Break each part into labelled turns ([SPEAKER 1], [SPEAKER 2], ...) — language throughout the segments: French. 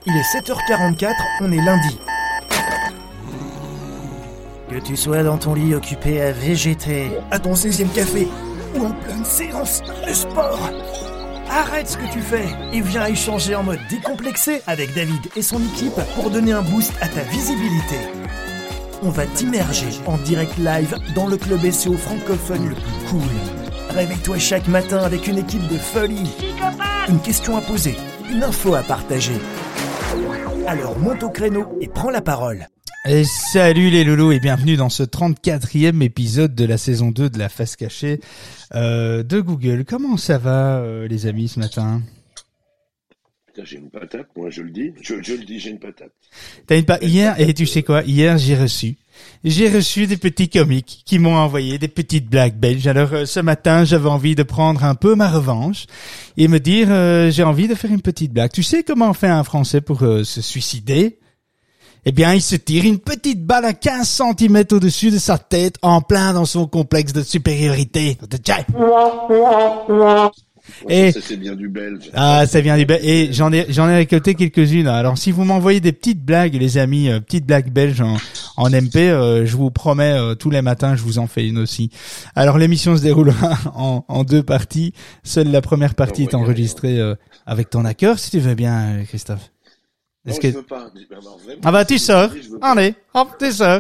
[SPEAKER 1] Il est 7h44, on est lundi. Que tu sois dans ton lit occupé à végéter, à ton 16e café, ou en pleine séance de sport, arrête ce que tu fais et viens échanger en mode décomplexé avec David et son équipe pour donner un boost à ta visibilité. On va t'immerger en direct live dans le club SEO francophone le plus cool. Réveille-toi chaque matin avec une équipe de folie. Une question à poser, une info à partager. Alors monte au créneau et prends la parole.
[SPEAKER 2] Et salut les loulous et bienvenue dans ce 34e épisode de la saison 2 de la face cachée de Google. Comment ça va les amis ce matin?
[SPEAKER 3] Putain, j'ai une patate, moi je le dis, je le dis, j'ai une patate.
[SPEAKER 2] T'as une patate hier, et tu sais quoi, hier j'ai reçu des petits comiques qui m'ont envoyé des petites blagues belges. Alors ce matin j'avais envie de prendre un peu ma revanche et me dire j'ai envie de faire une petite blague. Tu sais comment on fait un Français pour se suicider? Eh bien, il se tire une petite balle à 15 cm au-dessus de sa tête, en plein dans son complexe de supériorité.
[SPEAKER 3] Et ça c'est bien du belge.
[SPEAKER 2] Ah, ça vient du belge. Et j'en ai récolté quelques-unes. Alors, si vous m'envoyez des petites blagues, les amis, petites blagues belges en MP, je vous promets, tous les matins, je vous en fais une aussi. Alors, l'émission se déroulera en deux parties. Seule la première partie est enregistrée avec ton accord, si tu veux bien, Christophe.
[SPEAKER 3] Non, je veux pas. Alors, vraiment,
[SPEAKER 2] ah bah tu sors. Allez, hop, tu sors.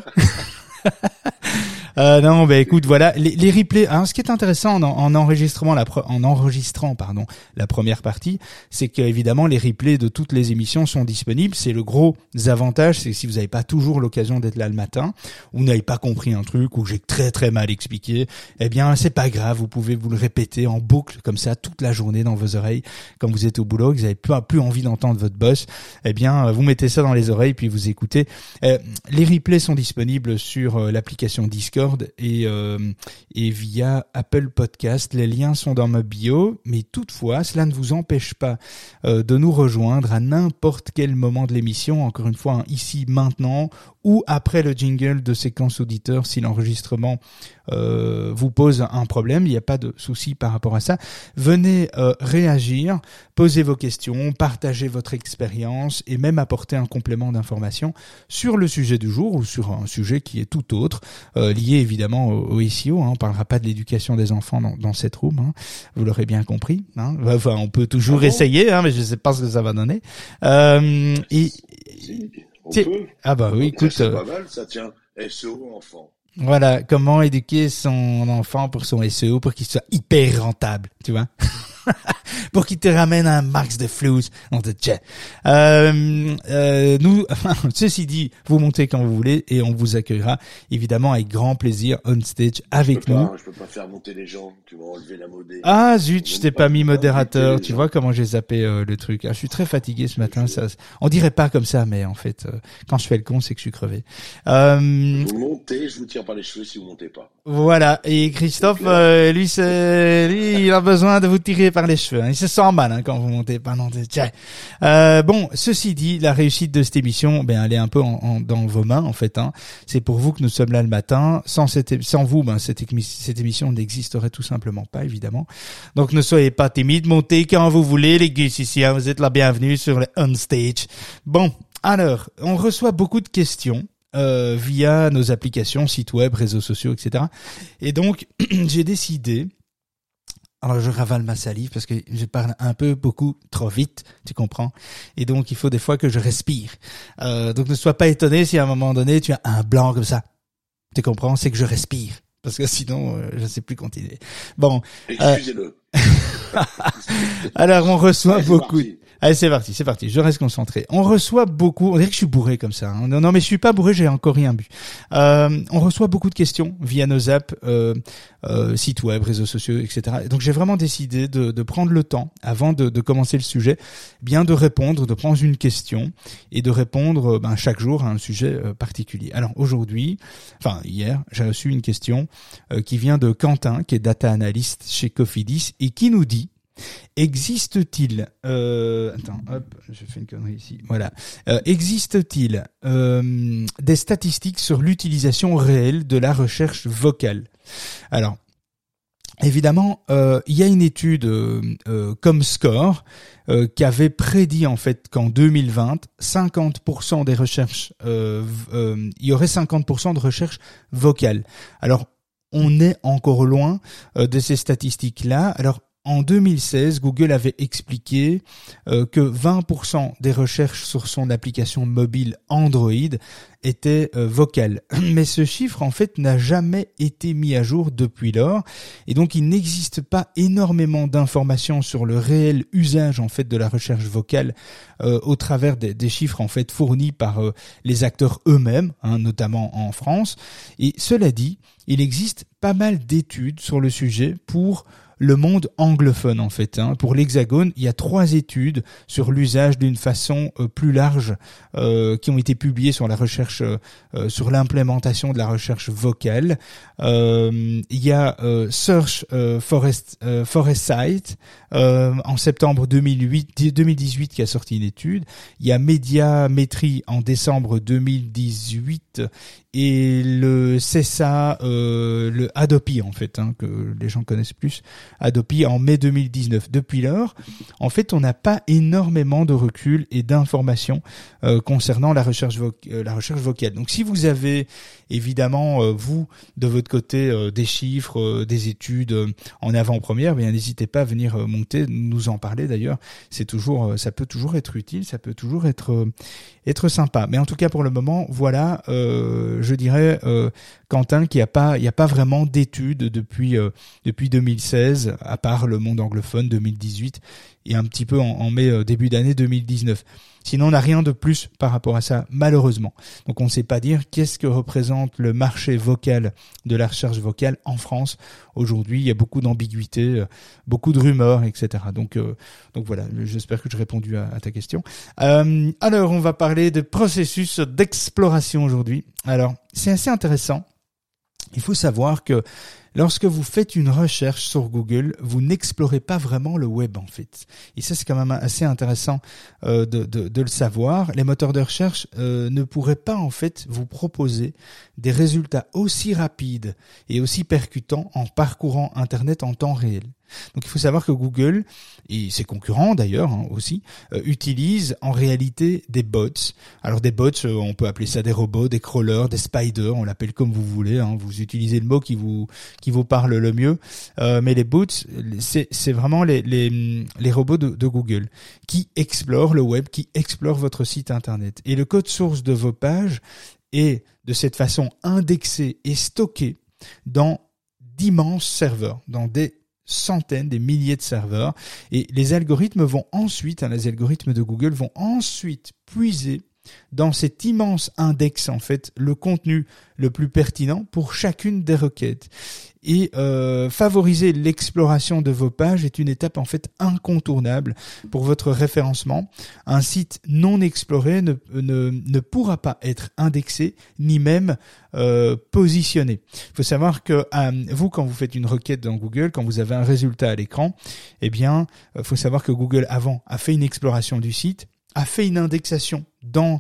[SPEAKER 2] Non, bah écoute, voilà les replays. Hein, ce qui est intéressant en enregistrant la première partie, c'est que évidemment les replays de toutes les émissions sont disponibles. C'est le gros avantage, c'est que si vous n'avez pas toujours l'occasion d'être là le matin, ou vous n'avez pas compris un truc, ou j'ai très très mal expliqué, eh bien c'est pas grave, vous pouvez vous le répéter en boucle comme ça toute la journée dans vos oreilles, quand vous êtes au boulot, que vous avez plus envie d'entendre votre boss. Eh bien vous mettez ça dans les oreilles puis vous écoutez. Les replays sont disponibles sur l'application Discord et via Apple Podcast. Les liens sont dans ma bio, mais toutefois, cela ne vous empêche pas de nous rejoindre à n'importe quel moment de l'émission, encore une fois, ici, maintenant, ou après le jingle de séquence auditeur si l'enregistrement vous pose un problème. Il n'y a pas de souci par rapport à ça. Venez réagir, posez vos questions, partagez votre expérience et même apporter un complément d'information sur le sujet du jour ou sur un sujet qui est tout autre, lié évidemment au SEO. Hein. On ne parlera pas de l'éducation des enfants dans cette room, hein. Vous l'aurez bien compris. Hein. Enfin, on peut toujours essayer, hein, mais je ne sais pas ce que ça va donner.
[SPEAKER 3] On peut.
[SPEAKER 2] Ah bah oui, écoute.
[SPEAKER 3] C'est pas mal, ça tient. SEO enfant.
[SPEAKER 2] Voilà, comment éduquer son enfant pour son SEO pour qu'il soit hyper rentable, tu vois. Pour qu'il te ramène un max de flouze dans le chat. Nous, ceci dit, vous montez quand vous voulez et on vous accueillera évidemment avec grand plaisir on stage avec nous.
[SPEAKER 3] Je peux pas faire monter les gens, tu m'as enlevé la modé.
[SPEAKER 2] Ah zut, je t'ai pas mis modérateur, tu vois comment j'ai zappé le truc. Ah, je suis très fatigué ce matin, ça, on dirait pas comme ça, mais en fait, quand je fais le con, c'est que je suis crevé.
[SPEAKER 3] Vous montez, je vous tire par les cheveux si vous montez pas.
[SPEAKER 2] Voilà, et Christophe, lui, il a besoin de vous tirer par les cheveux. Hein. Il se sent mal hein, quand vous montez pas non. Bon, ceci dit, la réussite de cette émission, elle est un peu dans vos mains en fait. Hein. C'est pour vous que nous sommes là le matin. Sans vous, cette émission n'existerait tout simplement pas, évidemment. Donc ne soyez pas timides, montez quand vous voulez, les gus ici. Hein, vous êtes la bienvenue sur le On Stage. Bon, alors, on reçoit beaucoup de questions. Via nos applications, sites web, réseaux sociaux, etc. Et donc, j'ai décidé, alors je ravale ma salive parce que je parle un peu beaucoup trop vite, tu comprends? Et donc, il faut des fois que je respire. Donc, ne sois pas étonné si à un moment donné, tu as un blanc comme ça. Tu comprends? C'est que je respire. Parce que sinon, je ne sais plus continuer. Bon.
[SPEAKER 3] Excusez-le.
[SPEAKER 2] Alors, on reçoit beaucoup... Allez, c'est parti. Je reste concentré. On reçoit beaucoup, on dirait que je suis bourré comme ça. Hein. Non, mais je suis pas bourré, j'ai encore rien bu. On reçoit beaucoup de questions via nos apps, sites web, réseaux sociaux, etc. Et donc, j'ai vraiment décidé de prendre le temps, avant de commencer le sujet, bien de répondre, de prendre une question et de répondre chaque jour à un sujet particulier. Alors, hier, j'ai reçu une question qui vient de Quentin, qui est data analyst chez Cofidis et qui nous dit: existe-t-il je fais une connerie ici. Voilà. Existe-t-il des statistiques sur l'utilisation réelle de la recherche vocale? Alors, Évidemment, il y a une étude Comscore qui avait prédit en fait qu'en 2020, 50% des recherches, il y aurait 50% de recherches vocales. Alors, on est encore loin de ces statistiques-là. Alors, en 2016, Google avait expliqué que 20% des recherches sur son application mobile Android étaient vocales. Mais ce chiffre, en fait, n'a jamais été mis à jour depuis lors. Et donc, il n'existe pas énormément d'informations sur le réel usage, en fait, de la recherche vocale au travers des chiffres, en fait, fournis par les acteurs eux-mêmes, notamment en France. Et cela dit, il existe pas mal d'études sur le sujet pour le monde anglophone en fait. Pour l'Hexagone, il y a 3 études sur l'usage d'une façon plus large qui ont été publiées sur la recherche, sur l'implémentation de la recherche vocale. Il y a Search Foresight en septembre 2018 qui a sorti une étude. Il y a Médiamétrie en décembre 2018 et le CESA, le Adopi en fait, que les gens connaissent plus, Adopi en mai 2019. Depuis lors, en fait, on n'a pas énormément de recul et d'informations concernant la recherche vocale. Donc, si vous avez évidemment vous de votre côté des chiffres, des études en avant-première, bien n'hésitez pas à venir monter, nous en parler d'ailleurs. C'est toujours, ça peut toujours être utile, ça peut toujours être sympa. Mais en tout cas, pour le moment, voilà, je dirais Quentin qu'il n'y a pas vraiment d'études depuis 2016, à part le monde anglophone 2018 et un petit peu en mai début d'année 2019. Sinon, on n'a rien de plus par rapport à ça, malheureusement. Donc, on ne sait pas dire qu'est-ce que représente le marché vocal de la recherche vocale en France. Aujourd'hui, il y a beaucoup d'ambiguïté, beaucoup de rumeurs, etc. Donc voilà, j'espère que j'ai répondu à ta question. Alors, on va parler de processus d'exploration aujourd'hui. Alors, c'est assez intéressant. Il faut savoir que lorsque vous faites une recherche sur Google, vous n'explorez pas vraiment le web en fait. Et ça, c'est quand même assez intéressant de le savoir. Les moteurs de recherche ne pourraient pas en fait vous proposer des résultats aussi rapides et aussi percutants en parcourant Internet en temps réel. Donc il faut savoir que Google, et ses concurrents d'ailleurs aussi, utilisent en réalité des bots. Alors des bots, on peut appeler ça des robots, des crawlers, des spiders, on l'appelle comme vous voulez. Vous utilisez le mot qui vous parle le mieux. Mais les bots, c'est vraiment les robots de Google qui explorent le web, qui explorent votre site internet. Et le code source de vos pages est de cette façon indexé et stocké dans d'immenses serveurs, dans des centaines, des milliers de serveurs, et les algorithmes vont ensuite, les algorithmes de Google vont ensuite puiser dans cet immense index en fait le contenu le plus pertinent pour chacune des requêtes. Et favoriser l'exploration de vos pages est une étape en fait incontournable pour votre référencement. Un site non exploré ne pourra pas être indexé ni même positionné. Il faut savoir que vous, quand vous faites une requête dans Google, quand vous avez un résultat à l'écran, eh bien, faut savoir que Google avant a fait une exploration du site, a fait une indexation dans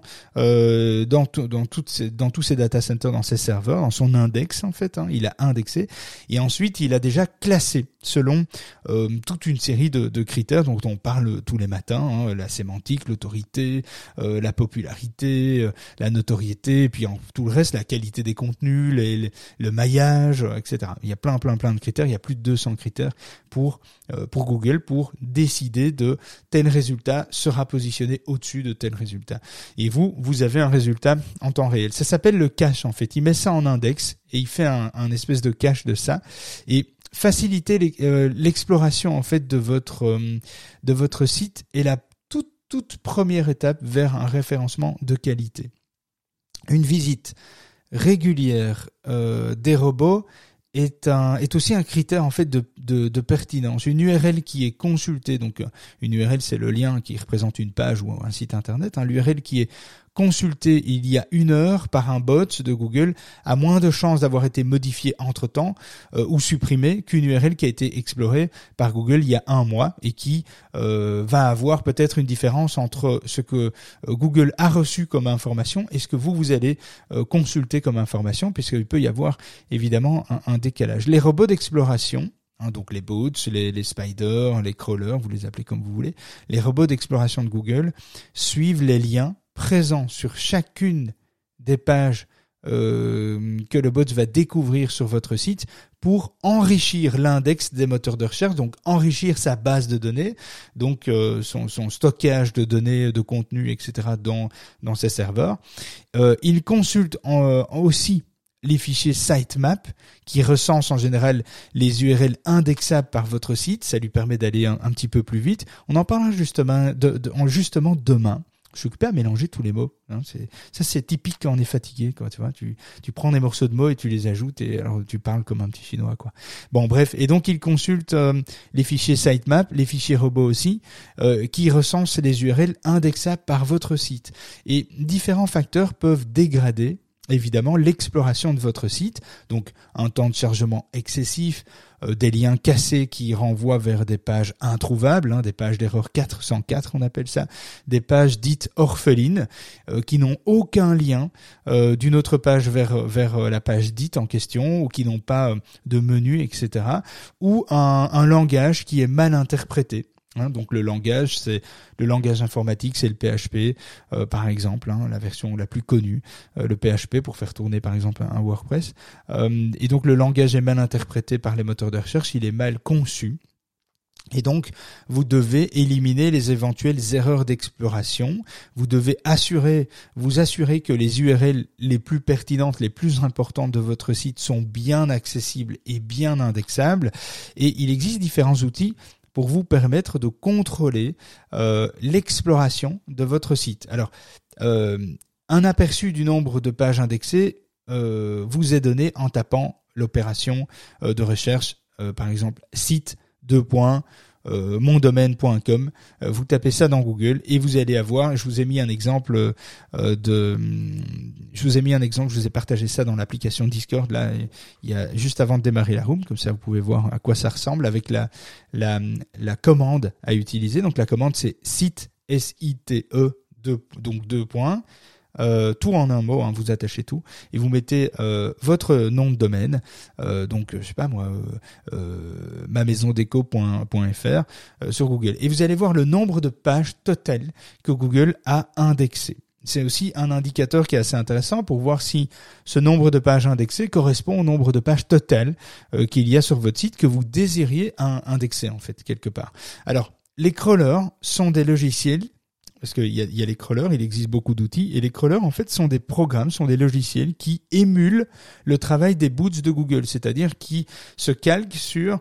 [SPEAKER 2] tous ces data centers, dans ces serveurs, dans son index en fait, il a indexé et ensuite il a déjà classé selon toute une série de critères dont on parle tous les matins, la sémantique, l'autorité, la popularité, la notoriété, puis tout le reste, la qualité des contenus, le maillage, etc. Il y a plein de critères, il y a plus de 200 critères pour Google pour décider de tel résultat sera positionné au-dessus de tel résultat. Et vous avez un résultat en temps réel. Ça s'appelle le cache en fait. Il met ça en index et il fait un espèce de cache de ça et faciliter l'exploration en fait de votre site est la toute première étape vers un référencement de qualité. Une visite régulière des robots est aussi un critère en fait de pertinence. Une URL qui est consultée, donc une URL c'est le lien qui représente une page ou un site internet, l'URL qui est consulté il y a 1 heure par un bot de Google a moins de chances d'avoir été modifié entre-temps ou supprimé qu'une URL qui a été explorée par Google il y a 1 mois et qui va avoir peut-être une différence entre ce que Google a reçu comme information et ce que vous allez consulter comme information, puisqu'il peut y avoir évidemment un décalage. Les robots d'exploration, donc les bots, les spiders, les crawlers, vous les appelez comme vous voulez, les robots d'exploration de Google suivent les liens présents sur chacune des pages que le bot va découvrir sur votre site pour enrichir l'index des moteurs de recherche, donc enrichir sa base de données, donc son stockage de données, de contenu, etc. dans ses serveurs. Il consulte aussi les fichiers sitemap qui recensent en général les URL indexables par votre site. Ça lui permet d'aller un petit peu plus vite. On en parlera justement demain. Je suis occupé à mélanger tous les mots. C'est typique quand on est fatigué, quoi. Tu vois, tu prends des morceaux de mots et tu les ajoutes et alors tu parles comme un petit chinois, quoi. Bon, bref. Et donc, il consulte les fichiers sitemap, les fichiers robots aussi, qui recensent les URL indexables par votre site. Et différents facteurs peuvent dégrader évidemment l'exploration de votre site, donc un temps de chargement excessif, des liens cassés qui renvoient vers des pages introuvables, des pages d'erreur 404 on appelle ça, des pages dites orphelines qui n'ont aucun lien d'une autre page vers la page dite en question, ou qui n'ont pas de menu, etc. Ou un langage qui est mal interprété. Donc le langage informatique, c'est le PHP par exemple, la version la plus connue, le PHP pour faire tourner par exemple un WordPress. Et donc le langage est mal interprété par les moteurs de recherche, il est mal conçu. Et donc, vous devez éliminer les éventuelles erreurs d'exploration. Vous devez vous assurer que les URL les plus pertinentes, les plus importantes de votre site sont bien accessibles et bien indexables. Et il existe différents outils pour vous permettre de contrôler l'exploration de votre site. Alors, un aperçu du nombre de pages indexées vous est donné en tapant l'opération de recherche, par exemple, site mondomaine.com. Vous tapez ça dans Google et vous allez avoir, je vous ai mis un exemple je vous ai partagé ça dans l'application Discord là, il y a juste avant de démarrer la room, comme ça vous pouvez voir à quoi ça ressemble avec la commande à utiliser. Donc la commande c'est site SITE donc 2 points. Tout en un mot, vous attachez tout et vous mettez votre nom de domaine, donc je sais pas moi, mamaisondeco.fr sur Google, et vous allez voir le nombre de pages totales que Google a indexées. C'est aussi un indicateur qui est assez intéressant pour voir si ce nombre de pages indexées correspond au nombre de pages totales qu'il y a sur votre site que vous désiriez indexer en fait quelque part. Alors les crawlers sont des logiciels. Parce qu'il y a les crawlers, il existe beaucoup d'outils, et les crawlers en fait sont des programmes, sont des logiciels qui émulent le travail des bots de Google, c'est-à-dire qui se calquent sur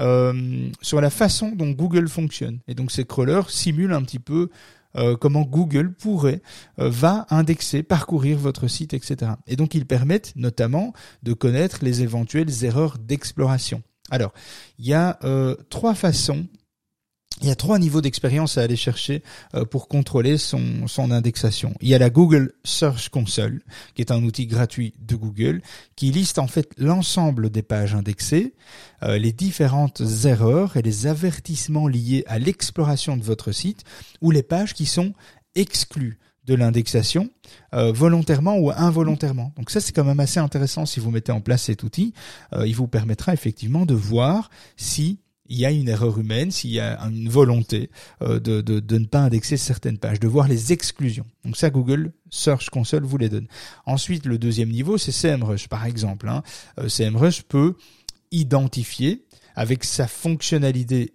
[SPEAKER 2] la façon dont Google fonctionne. Et donc ces crawlers simulent un petit peu comment Google va indexer, parcourir votre site, etc. Et donc ils permettent notamment de connaître les éventuelles erreurs d'exploration. Alors, il y a 3 façons. Il y a 3 niveaux d'expérience à aller chercher pour contrôler son indexation. Il y a la Google Search Console, qui est un outil gratuit de Google, qui liste en fait l'ensemble des pages indexées, les différentes erreurs et les avertissements liés à l'exploration de votre site, ou les pages qui sont exclues de l'indexation, volontairement ou involontairement. Donc ça, c'est quand même assez intéressant si vous mettez en place cet outil. Il vous permettra effectivement de voir si il y a une erreur humaine, s'il y a une volonté de ne pas indexer certaines pages, de voir les exclusions. Donc ça, Google Search Console vous les donne. Ensuite, le deuxième niveau, c'est SEMrush, par exemple. SEMrush peut identifier avec sa fonctionnalité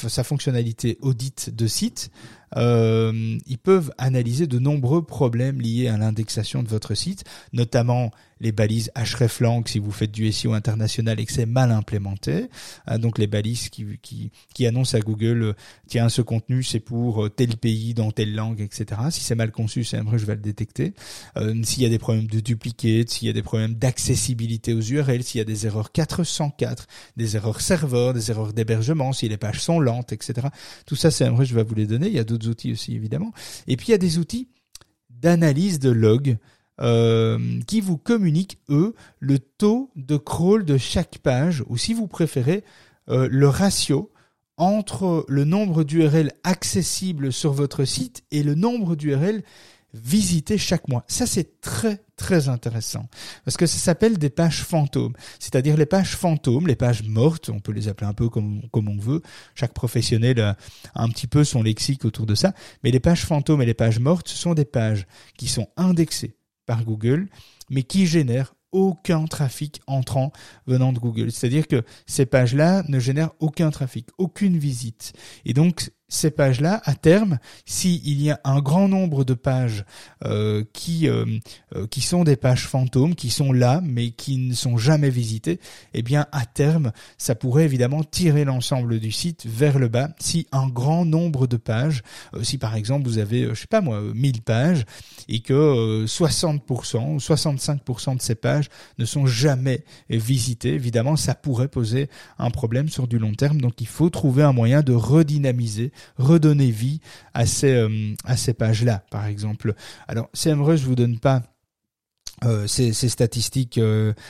[SPEAKER 2] audit de site, ils peuvent analyser de nombreux problèmes liés à l'indexation de votre site, notamment les balises hreflang si vous faites du SEO international et que c'est mal implémenté. Donc les balises qui annoncent à Google tiens, ce contenu c'est pour tel pays dans telle langue, etc. Si c'est mal conçu, SEMrush va le détecter. S'il y a des problèmes de duplicate, s'il y a des problèmes d'accessibilité aux URL, s'il y a des erreurs 404, des erreurs serveurs, des erreurs d'hébergement, si les pages sont lentes, etc. Tout ça, SEMrush va vous les donner. Il y a d'autres outils aussi, évidemment. Et puis, il y a des outils d'analyse de log qui vous communiquent, eux, le taux de crawl de chaque page, ou si vous préférez, le ratio entre le nombre d'URL accessibles sur votre site et le nombre d'URL visiter chaque mois. Ça, c'est très, très intéressant. Parce que ça s'appelle des pages fantômes. C'est-à-dire les pages fantômes, les pages mortes, on peut les appeler un peu comme on veut. Chaque professionnel a un petit peu son lexique autour de ça. Mais les pages fantômes et les pages mortes, ce sont des pages qui sont indexées par Google, mais qui génèrent aucun trafic entrant venant de Google. C'est-à-dire que ces pages-là ne génèrent aucun trafic, aucune visite. Et donc, ces pages-là, à terme, s'il y a un grand nombre de pages qui sont des pages fantômes, qui sont là, mais qui ne sont jamais visitées, eh bien, à terme, ça pourrait évidemment tirer l'ensemble du site vers le bas. Si un grand nombre de pages, si par exemple vous avez, 1000 pages, et que 60% ou 65% de ces pages ne sont jamais visitées, évidemment, ça pourrait poser un problème sur du long terme. Donc, il faut trouver un moyen de redynamiser, redonner vie à ces pages-là, par exemple. Alors, SEMrush vous donne pas ces statistiques,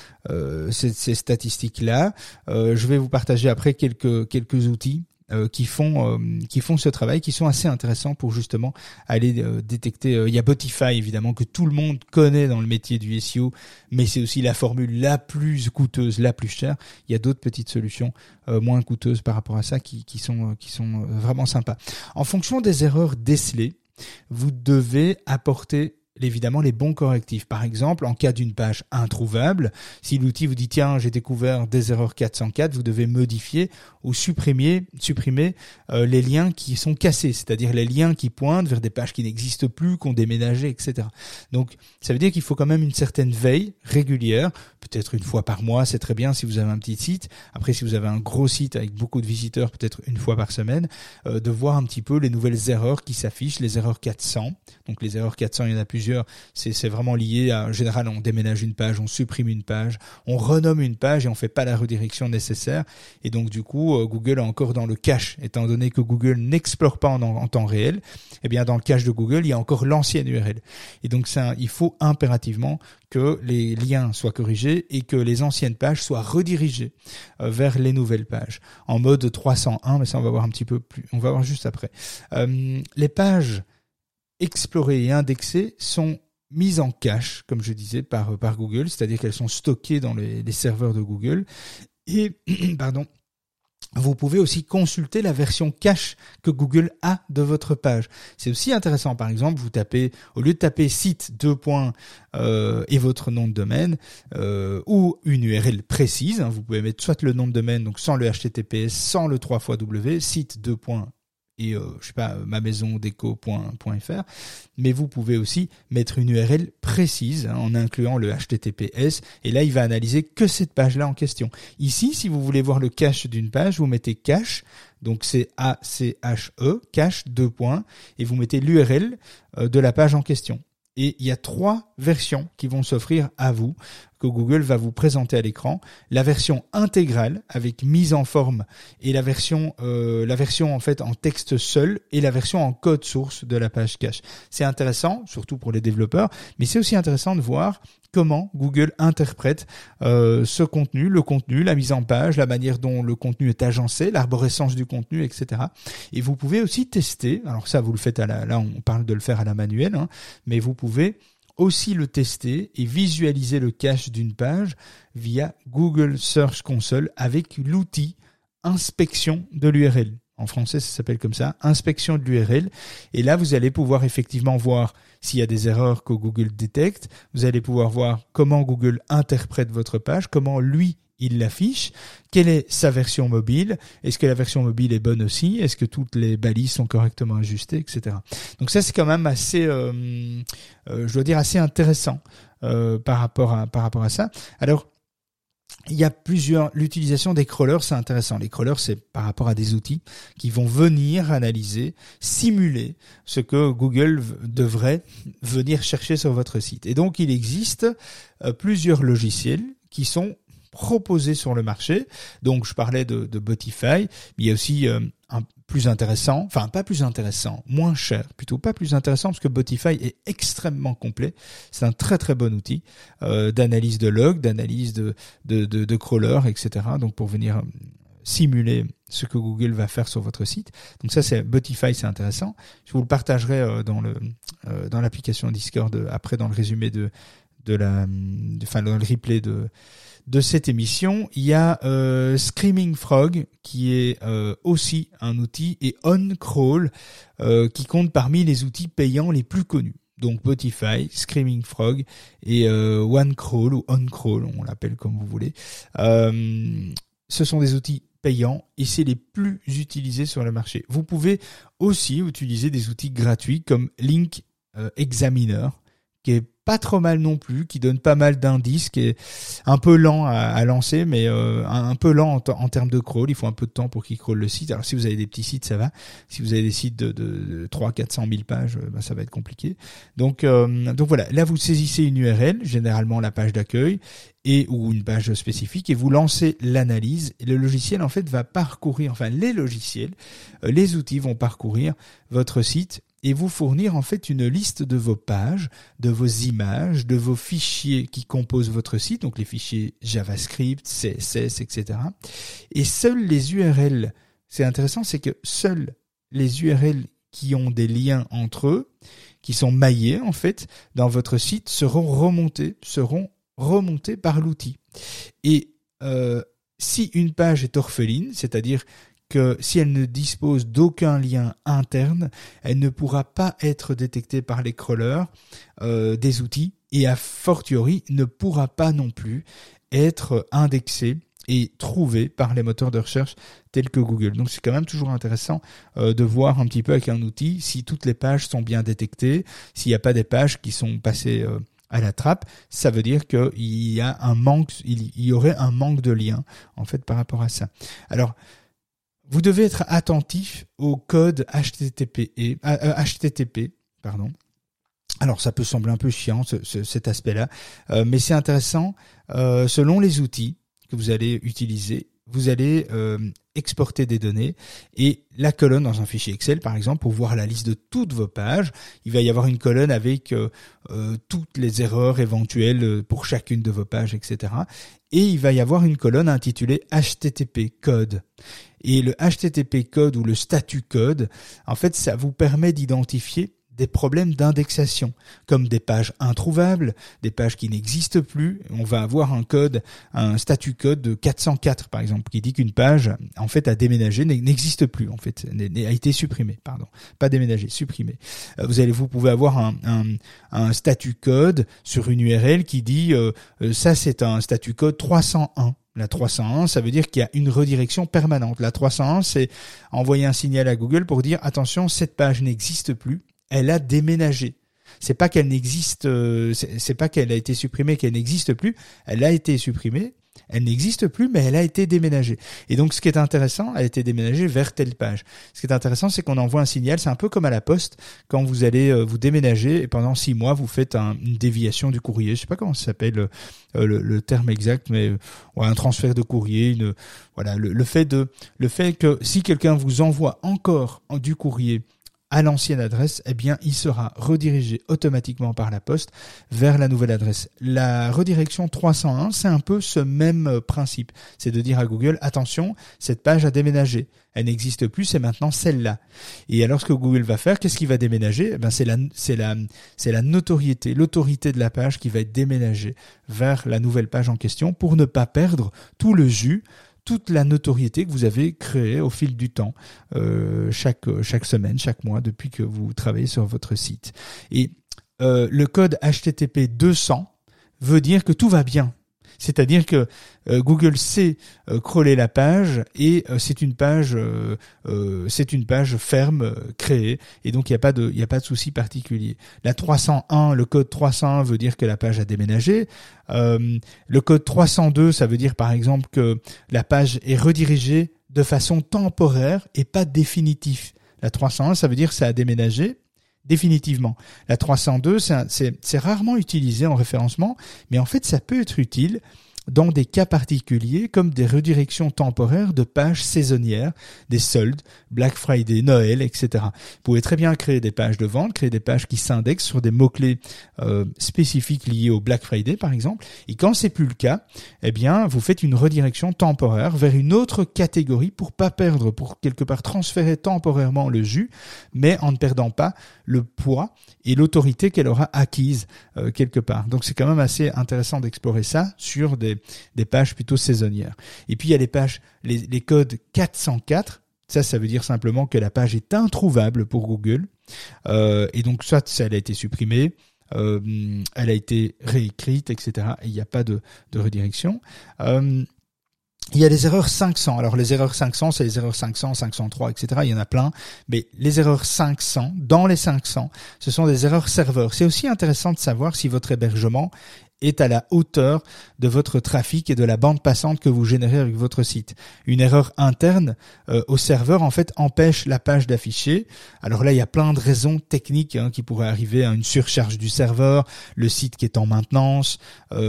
[SPEAKER 2] ces statistiques-là. Je vais vous partager après quelques outils qui font ce travail, qui sont assez intéressants pour justement aller détecter. Il y a Botify évidemment que tout le monde connaît dans le métier du SEO, mais c'est aussi la formule la plus coûteuse, la plus chère. Il y a d'autres petites solutions moins coûteuses par rapport à ça qui sont vraiment sympas. En fonction des erreurs décelées, vous devez apporter évidemment les bons correctifs. Par exemple, en cas d'une page introuvable, si l'outil vous dit tiens, j'ai découvert des erreurs 404, vous devez modifier ou supprimer les liens qui sont cassés, c'est-à-dire les liens qui pointent vers des pages qui n'existent plus, qui ont déménagé, etc. Donc, ça veut dire qu'il faut quand même une certaine veille régulière, peut-être une fois par mois, c'est très bien si vous avez un petit site. Après, si vous avez un gros site avec beaucoup de visiteurs, peut-être une fois par semaine, de voir un petit peu les nouvelles erreurs qui s'affichent, les erreurs 400. Donc, les erreurs 400, il y en a plusieurs. C'est vraiment lié à, en général, on déménage une page, on supprime une page, on renomme une page et on fait pas la redirection nécessaire. Et donc, du coup, Google est encore dans le cache, étant donné que Google n'explore pas en temps réel. Eh bien, dans le cache de Google, il y a encore l'ancienne URL. Et donc, ça, il faut impérativement que les liens soient corrigés et que les anciennes pages soient redirigées vers les nouvelles pages en mode 301, mais ça, on va voir un petit peu plus, on va voir juste après. Les pages explorées et indexées sont mises en cache, comme je disais, par Google, c'est-à-dire qu'elles sont stockées dans les serveurs de Google. Et, vous pouvez aussi consulter la version cache que Google a de votre page. C'est aussi intéressant. Par exemple, vous tapez, au lieu de taper site et votre nom de domaine, ou une URL précise, vous pouvez mettre soit le nom de domaine, donc sans le HTTPS, sans le 3x site et mamaisondeco.fr, mais vous pouvez aussi mettre une URL précise en incluant le HTTPS, et là il va analyser que cette page-là en question. Ici, si vous voulez voir le cache d'une page, vous mettez cache, donc c'est A-C-H-E, cache, et vous mettez l'URL de la page en question. Et il y a 3 versions qui vont s'offrir à vous, que Google va vous présenter à l'écran. La version intégrale avec mise en forme et la version en fait en texte seul et la version en code source de la page cache. C'est intéressant, surtout pour les développeurs, mais c'est aussi intéressant de voir comment Google interprète ce contenu, le contenu, la mise en page, la manière dont le contenu est agencé, l'arborescence du contenu, etc. Et vous pouvez aussi tester, alors ça vous le faites là on parle de le faire à la manuelle, mais vous pouvez aussi le tester et visualiser le cache d'une page via Google Search Console avec l'outil inspection de l'URL. En français, ça s'appelle comme ça, inspection de l'URL. Et là, vous allez pouvoir effectivement voir s'il y a des erreurs que Google détecte. Vous allez pouvoir voir comment Google interprète votre page, comment lui, il l'affiche, quelle est sa version mobile, est-ce que la version mobile est bonne aussi, est-ce que toutes les balises sont correctement ajustées, etc. Donc ça, c'est quand même assez, je dois dire, assez intéressant par rapport à ça. Alors, il y a l'utilisation des crawlers, c'est intéressant. Les crawlers, c'est par rapport à des outils qui vont venir analyser, simuler ce que Google devrait venir chercher sur votre site. Et donc, il existe plusieurs logiciels qui sont proposés sur le marché. Donc, je parlais de Botify, mais il y a aussi un plus intéressant, enfin pas plus intéressant, moins cher, plutôt pas plus intéressant parce que Botify est extrêmement complet. C'est un très très bon outil d'analyse de log, d'analyse de crawler, etc. Donc pour venir simuler ce que Google va faire sur votre site. Donc ça, c'est Botify, c'est intéressant. Je vous le partagerai dans l'application Discord après, dans le résumé dans le replay de cette émission. Il y a Screaming Frog qui est aussi un outil, et OnCrawl qui compte parmi les outils payants les plus connus. Donc Botify, Screaming Frog et OneCrawl ou OnCrawl, on l'appelle comme vous voulez. Ce sont des outils payants et c'est les plus utilisés sur le marché. Vous pouvez aussi utiliser des outils gratuits comme Link Examiner, qui est pas trop mal non plus, qui donne pas mal d'indices, qui est un peu lent à lancer, mais un peu lent en termes de crawl. Il faut un peu de temps pour qu'il crawl le site. Alors si vous avez des petits sites, ça va. Si vous avez des sites de 300-400 000 pages, ça va être compliqué. Donc voilà, là vous saisissez une URL, généralement la page d'accueil, ou une page spécifique, et vous lancez l'analyse. Et le logiciel en fait va parcourir, les outils vont parcourir votre site et vous fournir en fait une liste de vos pages, de vos images, de vos fichiers qui composent votre site, donc les fichiers JavaScript, CSS, etc. Et seuls les URL, c'est intéressant, c'est que seuls les URL qui ont des liens entre eux, qui sont maillés en fait dans votre site, seront remontés par l'outil. Et si une page est orpheline, c'est-à-dire que si elle ne dispose d'aucun lien interne, elle ne pourra pas être détectée par les crawlers des outils, et a fortiori ne pourra pas non plus être indexée et trouvée par les moteurs de recherche tels que Google. Donc c'est quand même toujours intéressant de voir un petit peu avec un outil si toutes les pages sont bien détectées, s'il n'y a pas des pages qui sont passées à la trappe. Ça veut dire qu'il y a il y aurait un manque de lien en fait par rapport à ça. Alors vous devez être attentif au code HTTP. Alors ça peut sembler un peu chiant cet aspect-là, mais c'est intéressant. Selon les outils que vous allez utiliser, vous allez exporter des données, et la colonne dans un fichier Excel, par exemple, pour voir la liste de toutes vos pages, il va y avoir une colonne avec toutes les erreurs éventuelles pour chacune de vos pages, etc. Et il va y avoir une colonne intitulée HTTP code. Et le HTTP code ou le statut code, en fait, ça vous permet d'identifier des problèmes d'indexation, comme des pages introuvables, des pages qui n'existent plus. On va avoir un statut code de 404 par exemple, qui dit qu'une page en fait a déménagé, n'existe plus en fait, a été supprimée, pas déménagé, supprimée. Vous pouvez avoir un statut code sur une URL qui dit ça c'est un statut code 301. La 301, ça veut dire qu'il y a une redirection permanente. La 301, c'est envoyer un signal à Google pour dire attention, cette page n'existe plus. Elle a déménagé. C'est pas qu'elle n'existe, c'est pas qu'elle a été supprimée, qu'elle n'existe plus. Elle a été supprimée, elle n'existe plus, mais elle a été déménagée. Et donc, ce qui est intéressant, elle a été déménagée vers telle page. Ce qui est intéressant, c'est qu'on envoie un signal. C'est un peu comme à la poste, quand vous allez vous déménager et pendant 6 mois, vous faites une déviation du courrier. Je sais pas comment ça s'appelle le terme exact, mais un transfert de courrier. Le fait que si quelqu'un vous envoie encore du courrier à l'ancienne adresse, eh bien, il sera redirigé automatiquement par la poste vers la nouvelle adresse. La redirection 301, c'est un peu ce même principe. C'est de dire à Google, attention, cette page a déménagé. Elle n'existe plus, c'est maintenant celle-là. Et alors, ce que Google va faire, qu'est-ce qu'il va déménager? Eh ben, c'est la notoriété, l'autorité de la page qui va être déménagée vers la nouvelle page en question pour ne pas perdre tout le jus, toute la notoriété que vous avez créée au fil du temps, chaque semaine, chaque mois, depuis que vous travaillez sur votre site. Et le code HTTP 200 veut dire que tout va bien. C'est-à-dire que Google sait crawler la page et c'est une page ferme créée, et donc il y a pas de souci particulier. La 301, le code 301 veut dire que la page a déménagé. Le code 302, ça veut dire par exemple que la page est redirigée de façon temporaire et pas définitive. La 301, ça veut dire que ça a déménagé définitivement. La 302, c'est rarement utilisé en référencement, mais en fait, ça peut être utile dans des cas particuliers comme des redirections temporaires de pages saisonnières, des soldes, Black Friday, Noël, etc. Vous pouvez très bien créer des pages de vente, créer des pages qui s'indexent sur des mots-clés spécifiques liés au Black Friday par exemple, et quand c'est plus le cas, eh bien vous faites une redirection temporaire vers une autre catégorie pour pas perdre, pour quelque part transférer temporairement le jus, mais en ne perdant pas le poids et l'autorité qu'elle aura acquise quelque part. Donc c'est quand même assez intéressant d'explorer ça sur des pages plutôt saisonnières. Et puis il y a les pages, les codes 404. Ça veut dire simplement que la page est introuvable pour Google. Et donc soit ça elle a été supprimée, elle a été réécrite, etc. Et il n'y a pas de redirection. Il y a les erreurs 500. Alors les erreurs 500, c'est les erreurs 500, 503, etc. Il y en a plein. Mais les erreurs 500, dans les 500, ce sont des erreurs serveurs. C'est aussi intéressant de savoir si votre hébergement est à la hauteur de votre trafic et de la bande passante que vous générez avec votre site. Une erreur interne au serveur, en fait, empêche la page d'afficher. Alors là, il y a plein de raisons techniques qui pourraient arriver à une surcharge du serveur, le site qui est en maintenance,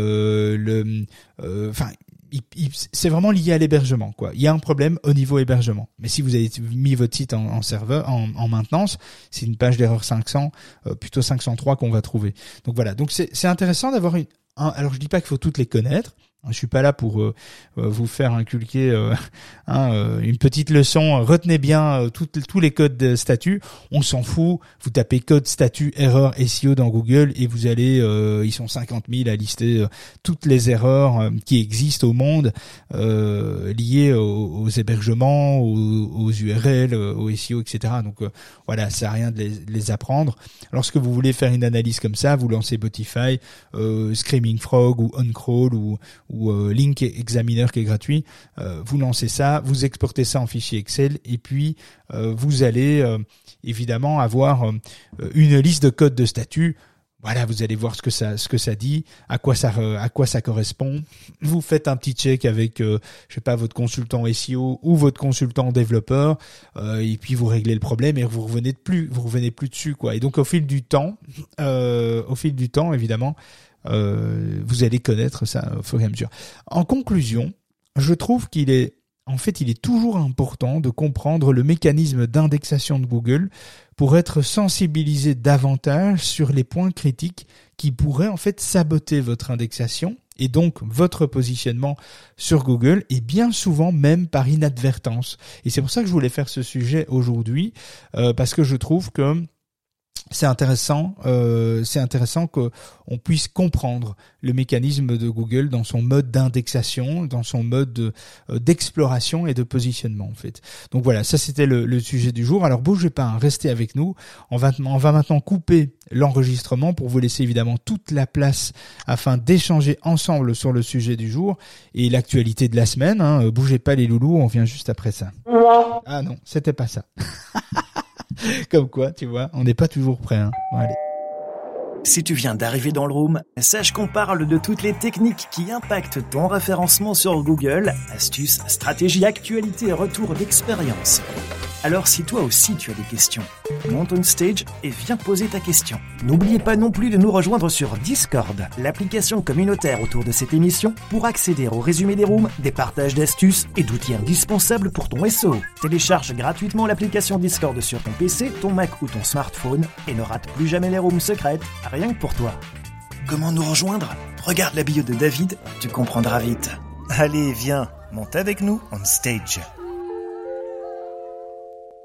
[SPEAKER 2] c'est vraiment lié à l'hébergement, quoi. Il y a un problème au niveau hébergement. Mais si vous avez mis votre site en serveur, en maintenance, c'est une page d'erreur 500, plutôt 503 qu'on va trouver. Donc voilà. Donc c'est intéressant d'avoir alors je dis pas qu'il faut toutes les connaître. Je suis pas là pour vous faire inculquer une petite leçon. Retenez bien tous les codes de statut. On s'en fout. Vous tapez code statut erreur SEO dans Google et vous allez, ils sont 50 000 à lister toutes les erreurs qui existent au monde liées aux hébergements, aux URL, au SEO, etc. Donc voilà, ça sert à rien de les apprendre. Lorsque vous voulez faire une analyse comme ça, vous lancez Botify, Screaming Frog ou OnCrawl ou Link Examiner qui est gratuit, vous lancez ça, vous exportez ça en fichier Excel et puis vous allez évidemment avoir une liste de codes de statut. Voilà, vous allez voir ce que ça dit, à quoi ça correspond. Vous faites un petit check avec je sais pas, votre consultant SEO ou votre consultant développeur et puis vous réglez le problème et vous revenez plus dessus, quoi. Et donc au fil du temps évidemment, vous allez connaître ça au fur et à mesure. En conclusion, je trouve qu'il est toujours important de comprendre le mécanisme d'indexation de Google pour être sensibilisé davantage sur les points critiques qui pourraient en fait saboter votre indexation et donc votre positionnement sur Google, et bien souvent même par inadvertance. Et c'est pour ça que je voulais faire ce sujet aujourd'hui, parce que je trouve que c'est intéressant qu'on puisse comprendre le mécanisme de Google dans son mode d'indexation, dans son mode d'exploration et de positionnement en fait. Donc voilà, ça c'était le sujet du jour. Alors bougez pas, restez avec nous. On va maintenant couper l'enregistrement pour vous laisser évidemment toute la place afin d'échanger ensemble sur le sujet du jour et l'actualité de la semaine. Bougez pas les loulous, on vient juste après ça. Ah non, c'était pas ça. Comme quoi, tu vois, on n'est pas toujours prêt. Bon, allez.
[SPEAKER 1] Si tu viens d'arriver dans le room, sache qu'on parle de toutes les techniques qui impactent ton référencement sur Google, astuces, stratégies, actualités et retours d'expérience. Alors si toi aussi tu as des questions, monte on stage et viens poser ta question. N'oubliez pas non plus de nous rejoindre sur Discord, l'application communautaire autour de cette émission, pour accéder au résumé des rooms, des partages d'astuces et d'outils indispensables pour ton SEO. Télécharge gratuitement l'application Discord sur ton PC, ton Mac ou ton smartphone et ne rate plus jamais les rooms secrètes, rien que pour toi. Comment nous rejoindre ? Regarde la bio de David, tu comprendras vite. Allez, viens, monte avec nous on stage.